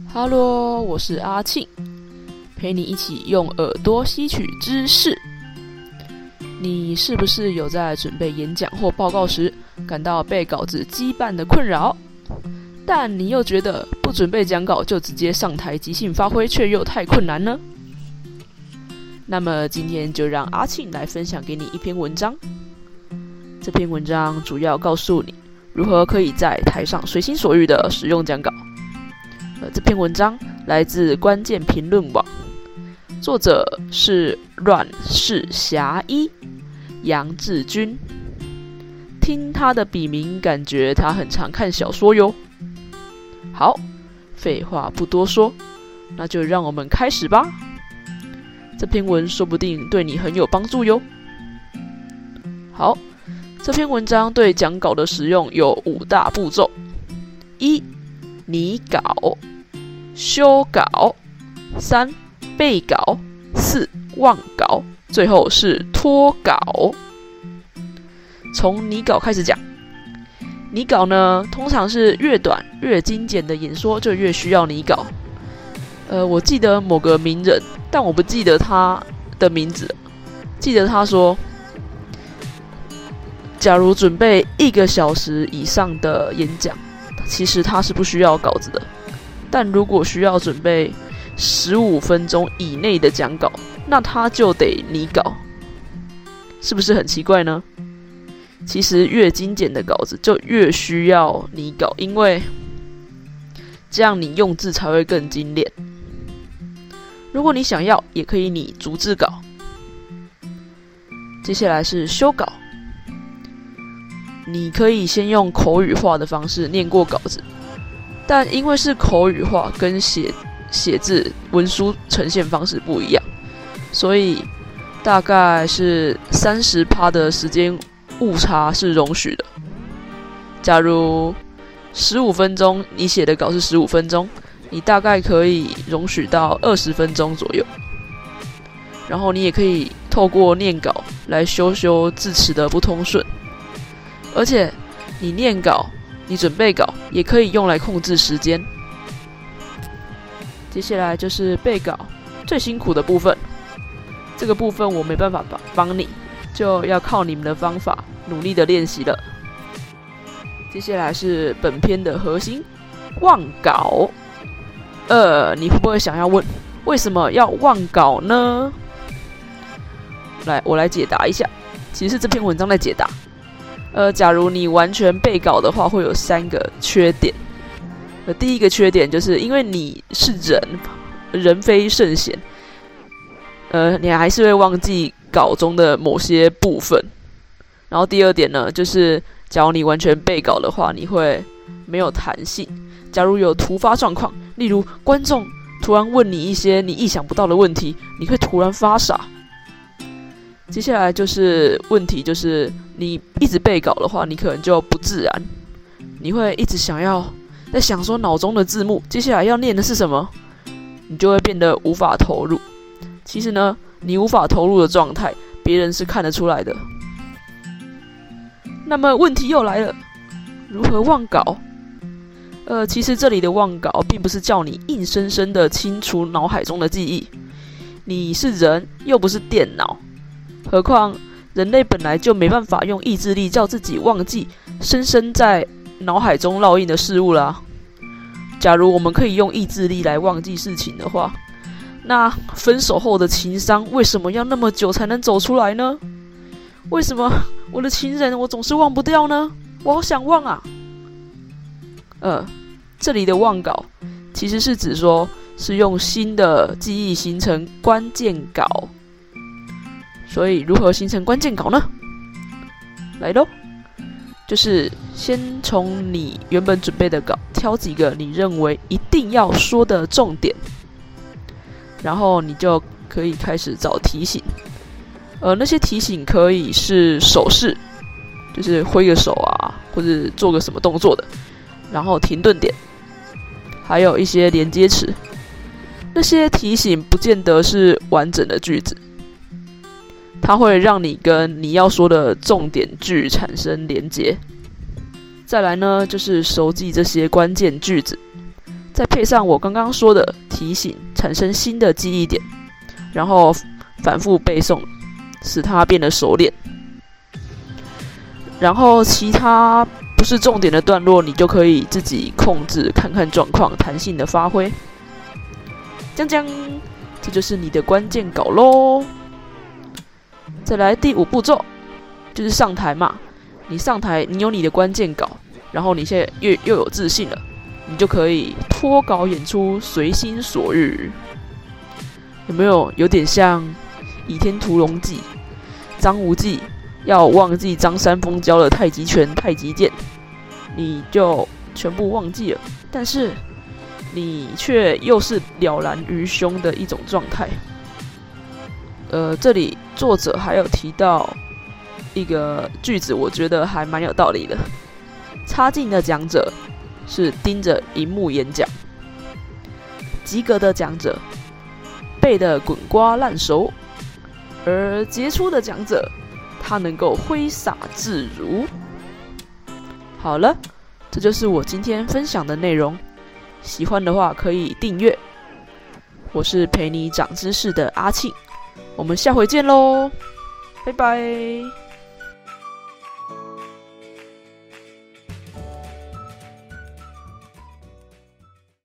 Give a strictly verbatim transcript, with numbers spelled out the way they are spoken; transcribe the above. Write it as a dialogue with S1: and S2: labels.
S1: 哈喽，我是阿庆，陪你一起用耳朵吸取知识。你是不是有在准备演讲或报告时感到被稿子羁绊的困扰？但你又觉得不准备讲稿就直接上台即兴发挥却又太困难呢？那么今天就让阿庆来分享给你一篇文章。这篇文章主要告诉你如何可以在台上随心所欲地使用讲稿。呃，这篇文章来自关键评论网，作者是阮氏侠一杨志军。听他的笔名，感觉他很常看小说哟。好，废话不多说，那就让我们开始吧。这篇文说不定对你很有帮助哟。好，这篇文章对讲稿的使用有五大步骤：一、拟稿；修稿；三、备稿；四、忘稿；最后是脱稿。从拟稿开始讲。拟稿呢，通常是越短越精简的演说就越需要拟稿。呃，我记得某个名人，但我不记得他的名字了。记得他说，假如准备一个小时以上的演讲，其实他是不需要稿子的。但如果需要准备十五分钟以内的讲稿，那他就得拟稿，是不是很奇怪呢？其实越精简的稿子就越需要拟稿，因为这样你用字才会更精炼。如果你想要，也可以拟逐字稿。接下来是修稿，你可以先用口语化的方式念过稿子，但因为是口语化，跟写写字文书呈现方式不一样，所以大概是 百分之三十 的时间误差是容许的。假如十五分钟你写的稿是十五分钟，你大概可以容许到二十分钟左右。然后你也可以透过念稿来修修字词的不通顺。而且你念稿，你准备稿也可以用来控制时间。接下来就是备稿，最辛苦的部分。这个部分我没办法帮你，就要靠你们的方法努力的练习了。接下来是本篇的核心，忘稿。呃，你会不会想要问，为什么要忘稿呢？来，我来解答一下。其实是这篇文章在解答。呃，假如你完全背稿的话，会有三个缺点。呃，第一个缺点就是因为你是人，人非圣贤，呃，你还是会忘记稿中的某些部分。然后第二点呢，就是假如你完全背稿的话，你会没有弹性。假如有突发状况，例如观众突然问你一些你意想不到的问题，你会突然发傻。接下来就是问题，就是你一直背稿的话，你可能就不自然，你会一直想要在想说脑中的字幕，接下来要念的是什么，你就会变得无法投入。其实呢，你无法投入的状态，别人是看得出来的。那么问题又来了，如何忘稿？呃，其实这里的忘稿并不是叫你硬生生的清除脑海中的记忆，你是人又不是电脑。何况人类本来就没办法用意志力叫自己忘记深深在脑海中烙印的事物啦。假如我们可以用意志力来忘记事情的话，那分手后的情伤为什么要那么久才能走出来呢？为什么我的情人我总是忘不掉呢？我好想忘啊。呃，这里的忘稿其实是指说是用新的记忆形成关键稿。所以如何形成关键稿呢？来咯，就是先从你原本准备的稿挑几个你认为一定要说的重点，然后你就可以开始找提醒。呃，那些提醒可以是手势，就是挥个手啊，或者做个什么动作的，然后停顿点，还有一些连接词。那些提醒不见得是完整的句子，它会让你跟你要说的重点句产生连结。再来呢，就是熟记这些关键句子， 再配上我刚刚说的提醒，产生新的记忆点，然后反复背诵，使它变得熟练。然后其他不是重点的段落，你就可以自己控制，看看状况，弹性的发挥。将将，这就是你的关键稿咯。再来第五步骤，就是上台嘛。你上台，你有你的关键稿，然后你现在又又有自信了，你就可以脱稿演出，随心所欲。有没有有点像《倚天屠龙记》？张无忌要忘记张三丰教的太极拳、太极剑，你就全部忘记了，但是你却又是了然于胸的一种状态。呃，这里作者还有提到一个句子，我觉得还蛮有道理的。差劲的讲者是盯着荧幕演讲，及格的讲者背得滚瓜烂熟，而杰出的讲者他能够挥洒自如。好了，这就是我今天分享的内容。喜欢的话可以订阅。我是陪你长知识的阿庆，我们下回见喽，拜拜。